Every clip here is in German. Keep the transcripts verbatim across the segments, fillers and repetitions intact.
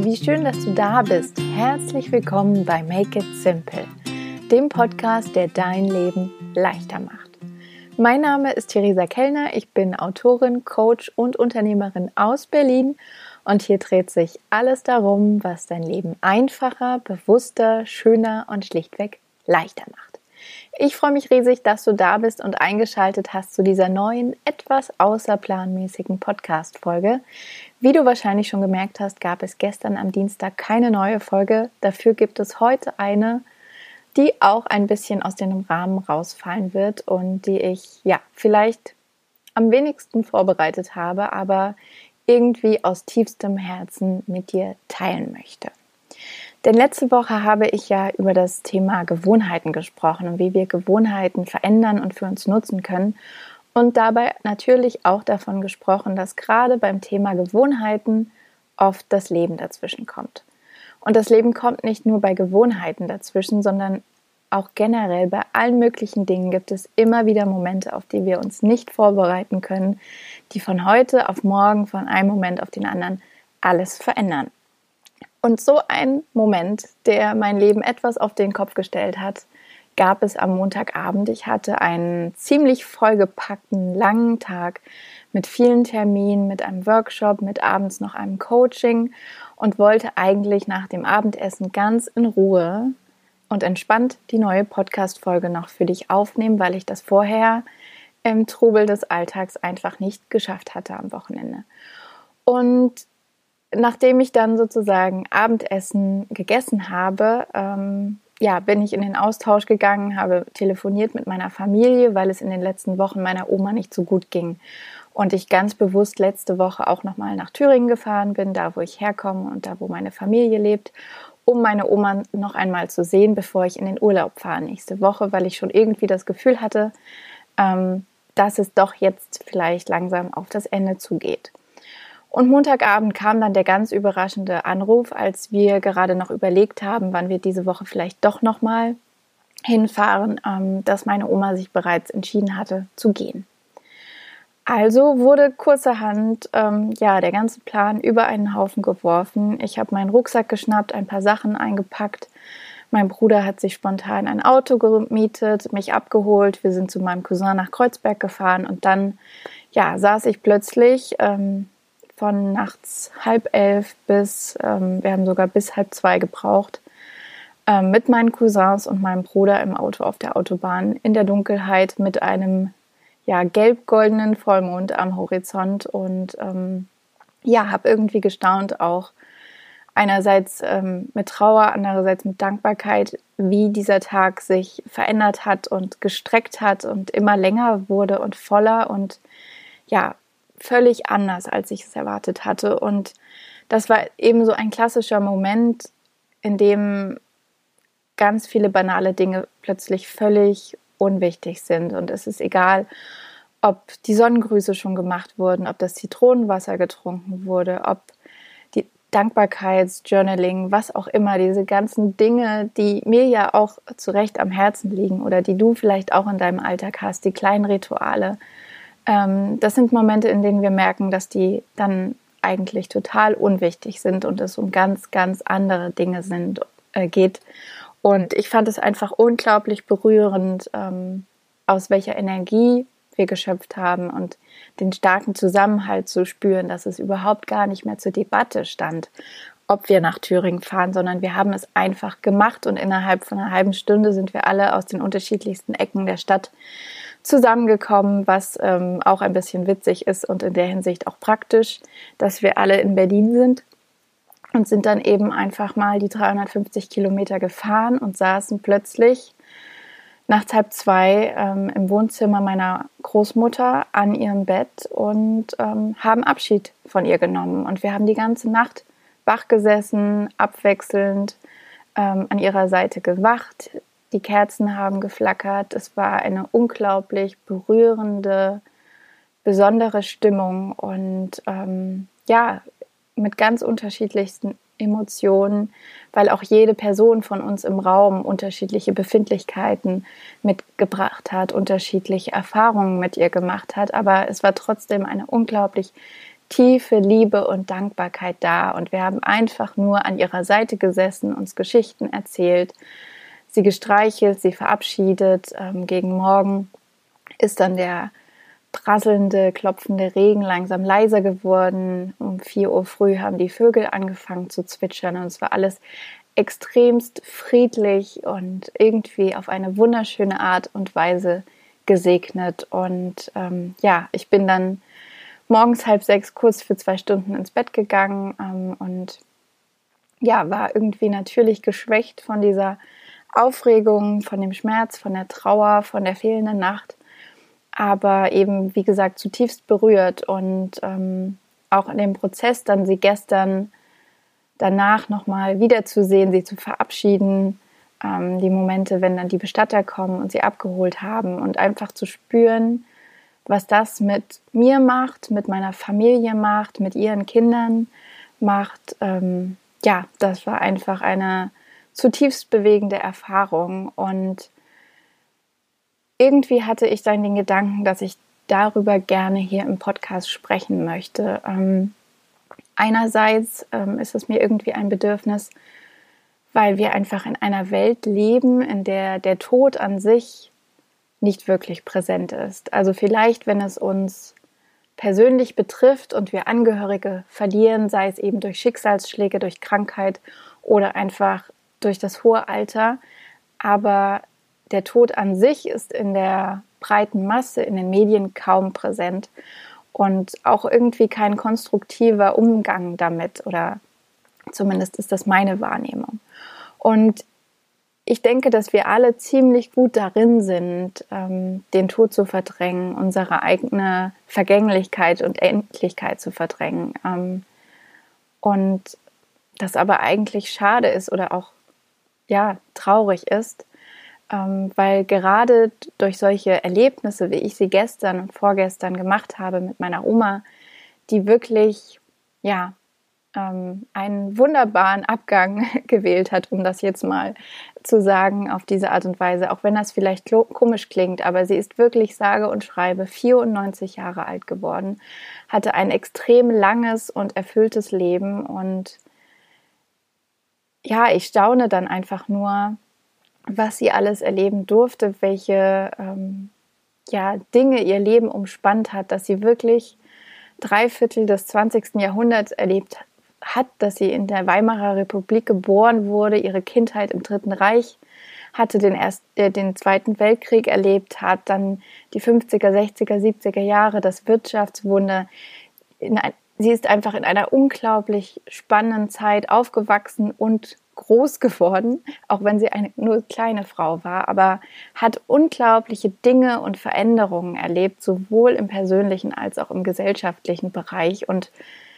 wie schön, dass du da bist. Herzlich willkommen bei Make It Simple, dem Podcast, der dein Leben leichter macht. Mein Name ist Theresa Kellner, ich bin Autorin, Coach und Unternehmerin aus Berlin und hier dreht sich alles darum, was dein Leben einfacher, bewusster, schöner und schlichtweg leichter macht. Ich freue mich riesig, dass du da bist und eingeschaltet hast zu dieser neuen, etwas außerplanmäßigen Podcast-Folge. Wie du wahrscheinlich schon gemerkt hast, gab es gestern am Dienstag keine neue Folge. Dafür gibt es heute eine, die auch ein bisschen aus dem Rahmen rausfallen wird und die ich ja vielleicht am wenigsten vorbereitet habe, aber irgendwie aus tiefstem Herzen mit dir teilen möchte. Denn letzte Woche habe ich ja über das Thema Gewohnheiten gesprochen und wie wir Gewohnheiten verändern und für uns nutzen können und dabei natürlich auch davon gesprochen, dass gerade beim Thema Gewohnheiten oft das Leben dazwischen kommt. Und das Leben kommt nicht nur bei Gewohnheiten dazwischen, sondern auch generell bei allen möglichen Dingen gibt es immer wieder Momente, auf die wir uns nicht vorbereiten können, die von heute auf morgen, von einem Moment auf den anderen alles verändern. Und so ein Moment, der mein Leben etwas auf den Kopf gestellt hat, gab es am Montagabend. Ich hatte einen ziemlich vollgepackten, langen Tag mit vielen Terminen, mit einem Workshop, mit abends noch einem Coaching und wollte eigentlich nach dem Abendessen ganz in Ruhe und entspannt die neue Podcast-Folge noch für dich aufnehmen, weil ich das vorher im Trubel des Alltags einfach nicht geschafft hatte am Wochenende. Und nachdem ich dann sozusagen Abendessen gegessen habe, ähm, ja, bin ich in den Austausch gegangen, habe telefoniert mit meiner Familie, weil es in den letzten Wochen meiner Oma nicht so gut ging. Und ich ganz bewusst letzte Woche auch nochmal nach Thüringen gefahren bin, da wo ich herkomme und da wo meine Familie lebt, um meine Oma noch einmal zu sehen, bevor ich in den Urlaub fahre nächste Woche, weil ich schon irgendwie das Gefühl hatte, ähm, dass es doch jetzt vielleicht langsam auf das Ende zugeht. Und Montagabend kam dann der ganz überraschende Anruf, als wir gerade noch überlegt haben, wann wir diese Woche vielleicht doch nochmal hinfahren, ähm, dass meine Oma sich bereits entschieden hatte, zu gehen. Also wurde kurzerhand ähm, ja, der ganze Plan über einen Haufen geworfen. Ich habe meinen Rucksack geschnappt, ein paar Sachen eingepackt. Mein Bruder hat sich spontan ein Auto gemietet, mich abgeholt. Wir sind zu meinem Cousin nach Kreuzberg gefahren und dann ja, saß ich plötzlich ähm, von nachts halb elf bis, ähm, wir haben sogar bis halb zwei gebraucht, ähm, mit meinen Cousins und meinem Bruder im Auto auf der Autobahn in der Dunkelheit mit einem ja, gelb-goldenen Vollmond am Horizont und ähm, ja, habe irgendwie gestaunt auch einerseits ähm, mit Trauer, andererseits mit Dankbarkeit, wie dieser Tag sich verändert hat und gestreckt hat und immer länger wurde und voller und ja, völlig anders, als ich es erwartet hatte. Und das war eben so ein klassischer Moment, in dem ganz viele banale Dinge plötzlich völlig unwichtig sind. Und es ist egal, ob die Sonnengrüße schon gemacht wurden, ob das Zitronenwasser getrunken wurde, ob die Dankbarkeitsjournaling, was auch immer, diese ganzen Dinge, die mir ja auch zu Recht am Herzen liegen oder die du vielleicht auch in deinem Alltag hast, die kleinen Rituale. Das sind Momente, in denen wir merken, dass die dann eigentlich total unwichtig sind und es um ganz, ganz andere Dinge sind, äh, geht. Und ich fand es einfach unglaublich berührend, ähm, aus welcher Energie wir geschöpft haben und den starken Zusammenhalt zu spüren, dass es überhaupt gar nicht mehr zur Debatte stand, ob wir nach Thüringen fahren, sondern wir haben es einfach gemacht und innerhalb von einer halben Stunde sind wir alle aus den unterschiedlichsten Ecken der Stadt zusammengekommen, was ähm, auch ein bisschen witzig ist und in der Hinsicht auch praktisch, dass wir alle in Berlin sind und sind dann eben einfach mal die dreihundertfünfzig Kilometer gefahren und saßen plötzlich nachts halb zwei ähm, im Wohnzimmer meiner Großmutter an ihrem Bett und ähm, haben Abschied von ihr genommen. Und wir haben die ganze Nacht wach gesessen, abwechselnd ähm, an ihrer Seite gewacht. Die Kerzen haben geflackert. Es war eine unglaublich berührende, besondere Stimmung und ähm, ja, mit ganz unterschiedlichsten Emotionen, weil auch jede Person von uns im Raum unterschiedliche Befindlichkeiten mitgebracht hat, unterschiedliche Erfahrungen mit ihr gemacht hat. Aber es war trotzdem eine unglaublich tiefe Liebe und Dankbarkeit da. Und wir haben einfach nur an ihrer Seite gesessen, uns Geschichten erzählt, sie gestreichelt, sie verabschiedet. Ähm, gegen Morgen ist dann der prasselnde, klopfende Regen langsam leiser geworden. Um vier Uhr früh haben die Vögel angefangen zu zwitschern und es war alles extremst friedlich und irgendwie auf eine wunderschöne Art und Weise gesegnet. Und ähm, ja, ich bin dann morgens halb sechs kurz für zwei Stunden ins Bett gegangen ähm, und ja, war irgendwie natürlich geschwächt von dieser Aufregung, von dem Schmerz, von der Trauer, von der fehlenden Nacht, aber eben, wie gesagt, zutiefst berührt und ähm, auch in dem Prozess dann sie gestern danach nochmal wiederzusehen, sie zu verabschieden, ähm, die Momente, wenn dann die Bestatter kommen und sie abgeholt haben und einfach zu spüren, was das mit mir macht, mit meiner Familie macht, mit ihren Kindern macht. Ähm, ja, das war einfach eine zutiefst bewegende Erfahrung und irgendwie hatte ich dann den Gedanken, dass ich darüber gerne hier im Podcast sprechen möchte. Ähm, einerseits ähm, ist es mir irgendwie ein Bedürfnis, weil wir einfach in einer Welt leben, in der der Tod an sich nicht wirklich präsent ist. Also vielleicht, wenn es uns persönlich betrifft und wir Angehörige verlieren, sei es eben durch Schicksalsschläge, durch Krankheit oder einfach durch das hohe Alter, aber der Tod an sich ist in der breiten Masse, in den Medien kaum präsent und auch irgendwie kein konstruktiver Umgang damit oder zumindest ist das meine Wahrnehmung. Und ich denke, dass wir alle ziemlich gut darin sind, ähm, den Tod zu verdrängen, unsere eigene Vergänglichkeit und Endlichkeit zu verdrängen. Ähm, und das aber eigentlich schade ist oder auch ja, traurig ist, ähm, weil gerade durch solche Erlebnisse, wie ich sie gestern und vorgestern gemacht habe mit meiner Oma, die wirklich ja, ähm, einen wunderbaren Abgang gewählt hat, um das jetzt mal zu sagen auf diese Art und Weise, auch wenn das vielleicht komisch klingt, aber sie ist wirklich sage und schreibe vierundneunzig Jahre alt geworden, hatte ein extrem langes und erfülltes Leben und ja, ich staune dann einfach nur, was sie alles erleben durfte, welche ähm, ja, Dinge ihr Leben umspannt hat, dass sie wirklich drei Viertel des zwanzigsten Jahrhunderts erlebt hat, dass sie in der Weimarer Republik geboren wurde, ihre Kindheit im Dritten Reich hatte, den, erst, äh, den Zweiten Weltkrieg erlebt hat, dann die fünfziger, sechziger, siebziger Jahre, das Wirtschaftswunder. In ein, sie ist einfach in einer unglaublich spannenden Zeit aufgewachsen und groß geworden, auch wenn sie eine nur kleine Frau war, aber hat unglaubliche Dinge und Veränderungen erlebt, sowohl im persönlichen als auch im gesellschaftlichen Bereich und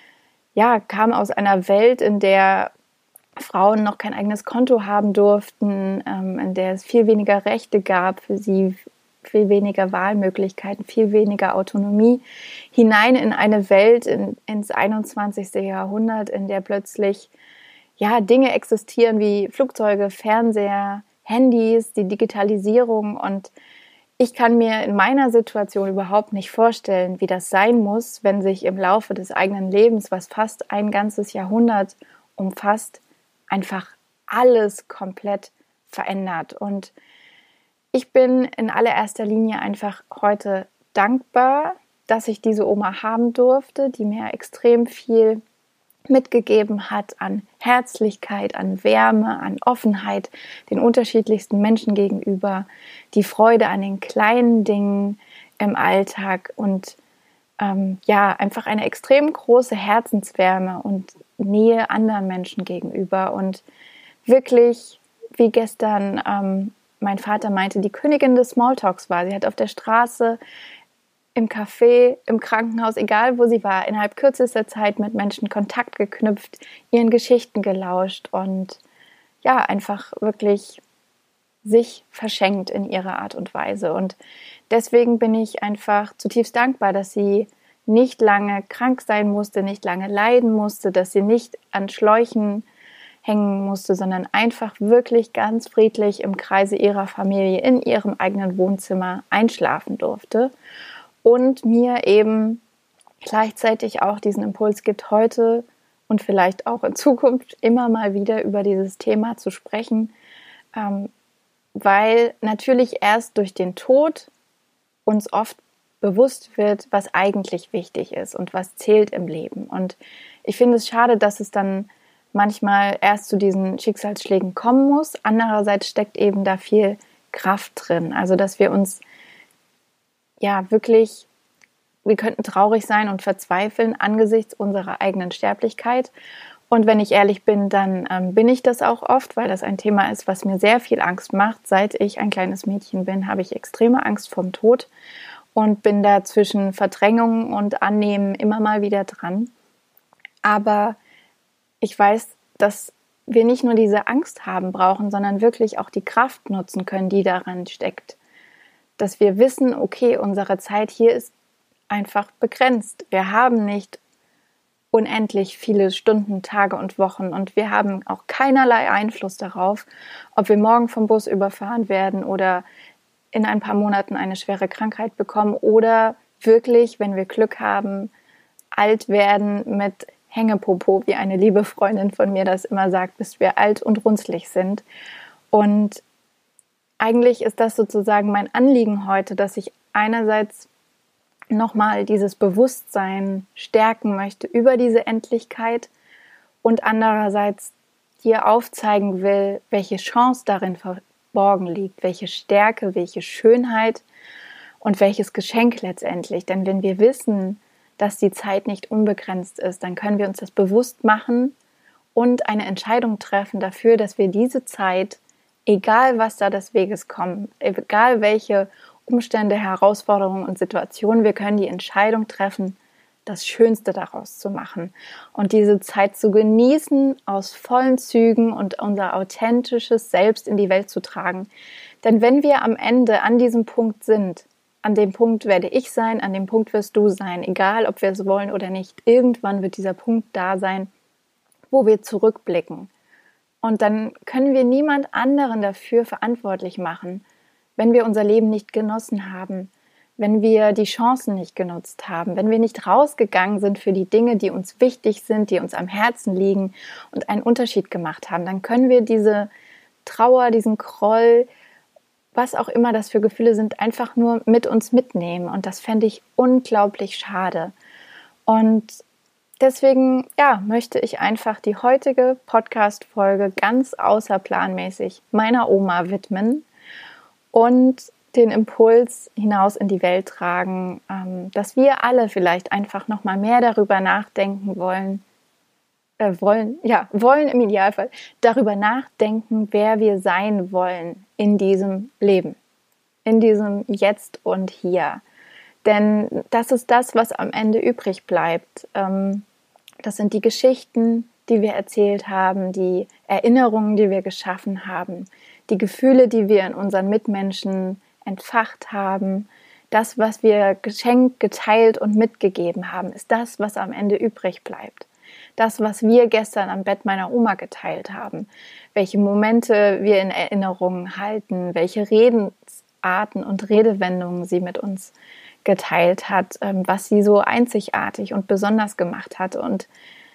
ja, kam aus einer Welt, in der Frauen noch kein eigenes Konto haben durften, ähm, in der es viel weniger Rechte gab für sie, viel weniger Wahlmöglichkeiten, viel weniger Autonomie, hinein in eine Welt, in, ins einundzwanzigste Jahrhundert, in der plötzlich ja, Dinge existieren wie Flugzeuge, Fernseher, Handys, die Digitalisierung und ich kann mir in meiner Situation überhaupt nicht vorstellen, wie das sein muss, wenn sich im Laufe des eigenen Lebens, was fast ein ganzes Jahrhundert umfasst, einfach alles komplett verändert. Und ich bin in allererster Linie einfach heute dankbar, dass ich diese Oma haben durfte, die mir extrem viel mitgegeben hat an Herzlichkeit, an Wärme, an Offenheit den unterschiedlichsten Menschen gegenüber, die Freude an den kleinen Dingen im Alltag und ähm, ja, einfach eine extrem große Herzenswärme und Nähe anderen Menschen gegenüber und wirklich, wie gestern ähm, mein Vater meinte, die Königin des Smalltalks war. Sie hat auf der Straße, im Café, im Krankenhaus, egal wo sie war, innerhalb kürzester Zeit mit Menschen Kontakt geknüpft, ihren Geschichten gelauscht und ja, einfach wirklich sich verschenkt in ihrer Art und Weise. Und deswegen bin ich einfach zutiefst dankbar, dass sie nicht lange krank sein musste, nicht lange leiden musste, dass sie nicht an Schläuchen hängen musste, sondern einfach wirklich ganz friedlich im Kreise ihrer Familie in ihrem eigenen Wohnzimmer einschlafen durfte. Und mir eben gleichzeitig auch diesen Impuls gibt, heute und vielleicht auch in Zukunft immer mal wieder über dieses Thema zu sprechen, ähm, weil natürlich erst durch den Tod uns oft bewusst wird, was eigentlich wichtig ist und was zählt im Leben. Und ich finde es schade, dass es dann manchmal erst zu diesen Schicksalsschlägen kommen muss. Andererseits steckt eben da viel Kraft drin. Also, dass wir uns ja wirklich, wir könnten traurig sein und verzweifeln angesichts unserer eigenen Sterblichkeit. Und wenn ich ehrlich bin, dann ähm, bin ich das auch oft, weil das ein Thema ist, was mir sehr viel Angst macht. Seit ich ein kleines Mädchen bin, habe ich extreme Angst vorm Tod und bin da zwischen Verdrängung und Annehmen immer mal wieder dran. Aber ich weiß, dass wir nicht nur diese Angst haben brauchen, sondern wirklich auch die Kraft nutzen können, die daran steckt. Dass wir wissen, okay, unsere Zeit hier ist einfach begrenzt. Wir haben nicht unendlich viele Stunden, Tage und Wochen und wir haben auch keinerlei Einfluss darauf, ob wir morgen vom Bus überfahren werden oder in ein paar Monaten eine schwere Krankheit bekommen oder wirklich, wenn wir Glück haben, alt werden mit Hängepopo, wie eine liebe Freundin von mir das immer sagt, bis wir alt und runzlig sind. Und eigentlich ist das sozusagen mein Anliegen heute, dass ich einerseits nochmal dieses Bewusstsein stärken möchte über diese Endlichkeit und andererseits dir aufzeigen will, welche Chance darin verborgen liegt, welche Stärke, welche Schönheit und welches Geschenk letztendlich. Denn wenn wir wissen, dass die Zeit nicht unbegrenzt ist, dann können wir uns das bewusst machen und eine Entscheidung treffen dafür, dass wir diese Zeit, egal was da des Weges kommt, egal welche Umstände, Herausforderungen und Situationen, wir können die Entscheidung treffen, das Schönste daraus zu machen und diese Zeit zu genießen, aus vollen Zügen und unser authentisches Selbst in die Welt zu tragen. Denn wenn wir am Ende an diesem Punkt sind, an dem Punkt werde ich sein, an dem Punkt wirst du sein, egal ob wir es wollen oder nicht, irgendwann wird dieser Punkt da sein, wo wir zurückblicken. Und dann können wir niemand anderen dafür verantwortlich machen, wenn wir unser Leben nicht genossen haben, wenn wir die Chancen nicht genutzt haben, wenn wir nicht rausgegangen sind für die Dinge, die uns wichtig sind, die uns am Herzen liegen und einen Unterschied gemacht haben, dann können wir diese Trauer, diesen Groll, was auch immer das für Gefühle sind, einfach nur mit uns mitnehmen. Und das fände ich unglaublich schade. Und deswegen, ja, möchte ich einfach die heutige Podcast-Folge ganz außerplanmäßig meiner Oma widmen und den Impuls hinaus in die Welt tragen, dass wir alle vielleicht einfach noch mal mehr darüber nachdenken wollen, äh, wollen, ja, wollen im Idealfall, darüber nachdenken, wer wir sein wollen in diesem Leben, in diesem Jetzt und Hier. Denn das ist das, was am Ende übrig bleibt. Das sind die Geschichten, die wir erzählt haben, die Erinnerungen, die wir geschaffen haben, die Gefühle, die wir in unseren Mitmenschen entfacht haben, das, was wir geschenkt, geteilt und mitgegeben haben, ist das, was am Ende übrig bleibt. Das, was wir gestern am Bett meiner Oma geteilt haben, welche Momente wir in Erinnerung halten, welche Redensarten und Redewendungen sie mit uns geteilt hat, was sie so einzigartig und besonders gemacht hat. Und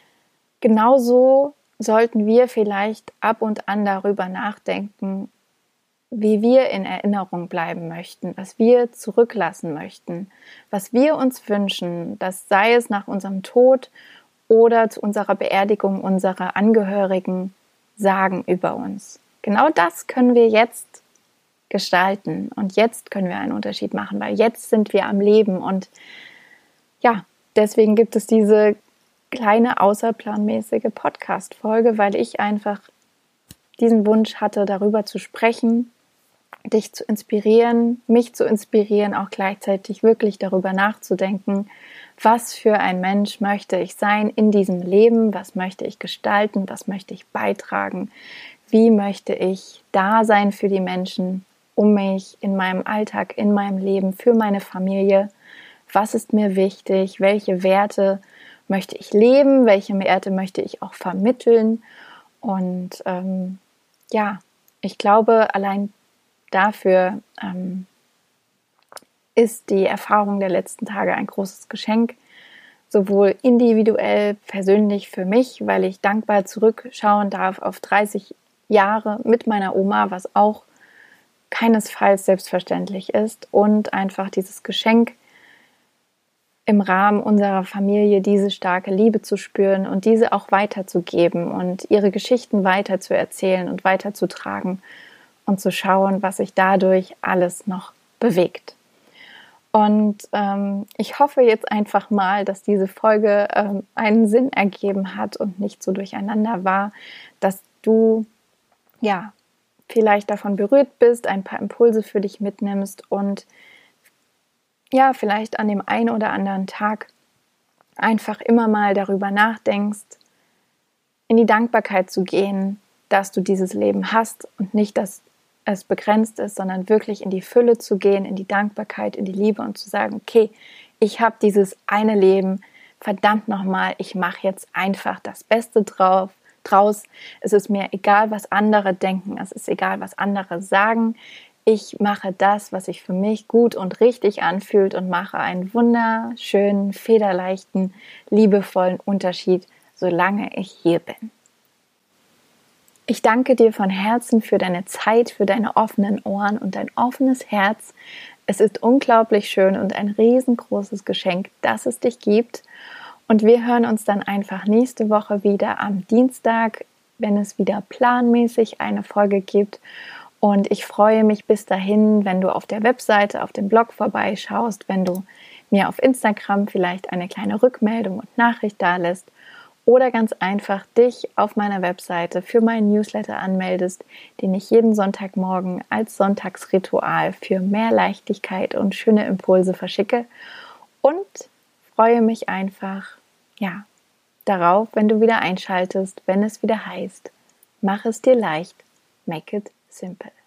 genauso sollten wir vielleicht ab und an darüber nachdenken, wie wir in Erinnerung bleiben möchten, was wir zurücklassen möchten, was wir uns wünschen, das sei es nach unserem Tod oder zu unserer Beerdigung unserer Angehörigen sagen über uns. Genau das können wir jetzt gestalten und jetzt können wir einen Unterschied machen, weil jetzt sind wir am Leben und ja, deswegen gibt es diese kleine außerplanmäßige Podcast-Folge, weil ich einfach diesen Wunsch hatte, darüber zu sprechen, dich zu inspirieren, mich zu inspirieren, auch gleichzeitig wirklich darüber nachzudenken, was für ein Mensch möchte ich sein in diesem Leben, was möchte ich gestalten, was möchte ich beitragen, wie möchte ich da sein für die Menschen um mich, in meinem Alltag, in meinem Leben, für meine Familie, was ist mir wichtig, welche Werte möchte ich leben, welche Werte möchte ich auch vermitteln und ähm, ja, ich glaube, allein dafür ähm, ist die Erfahrung der letzten Tage ein großes Geschenk, sowohl individuell, persönlich für mich, weil ich dankbar zurückschauen darf auf dreißig Jahre mit meiner Oma, was auch keinesfalls selbstverständlich ist, und einfach dieses Geschenk im Rahmen unserer Familie, diese starke Liebe zu spüren und diese auch weiterzugeben und ihre Geschichten weiterzuerzählen und weiterzutragen und zu schauen, was sich dadurch alles noch bewegt. Und ähm, ich hoffe jetzt einfach mal, dass diese Folge ähm, einen Sinn ergeben hat und nicht so durcheinander war, dass du ja vielleicht davon berührt bist, ein paar Impulse für dich mitnimmst und ja, vielleicht an dem einen oder anderen Tag einfach immer mal darüber nachdenkst, in die Dankbarkeit zu gehen, dass du dieses Leben hast und nicht, dass es begrenzt ist, sondern wirklich in die Fülle zu gehen, in die Dankbarkeit, in die Liebe und zu sagen, okay, ich habe dieses eine Leben, verdammt nochmal, ich mache jetzt einfach das Beste drauf, draus. Es ist mir egal, was andere denken, es ist egal, was andere sagen. Ich mache das, was sich für mich gut und richtig anfühlt und mache einen wunderschönen, federleichten, liebevollen Unterschied, solange ich hier bin. Ich danke dir von Herzen für deine Zeit, für deine offenen Ohren und dein offenes Herz. Es ist unglaublich schön und ein riesengroßes Geschenk, dass es dich gibt. Und wir hören uns dann einfach nächste Woche wieder am Dienstag, wenn es wieder planmäßig eine Folge gibt. Und ich freue mich bis dahin, wenn du auf der Webseite, auf dem Blog vorbeischaust, wenn du mir auf Instagram vielleicht eine kleine Rückmeldung und Nachricht dalässt oder ganz einfach dich auf meiner Webseite für meinen Newsletter anmeldest, den ich jeden Sonntagmorgen als Sonntagsritual für mehr Leichtigkeit und schöne Impulse verschicke, und freue mich einfach, ja, darauf, wenn du wieder einschaltest, wenn es wieder heißt, mach es dir leicht, make it simple.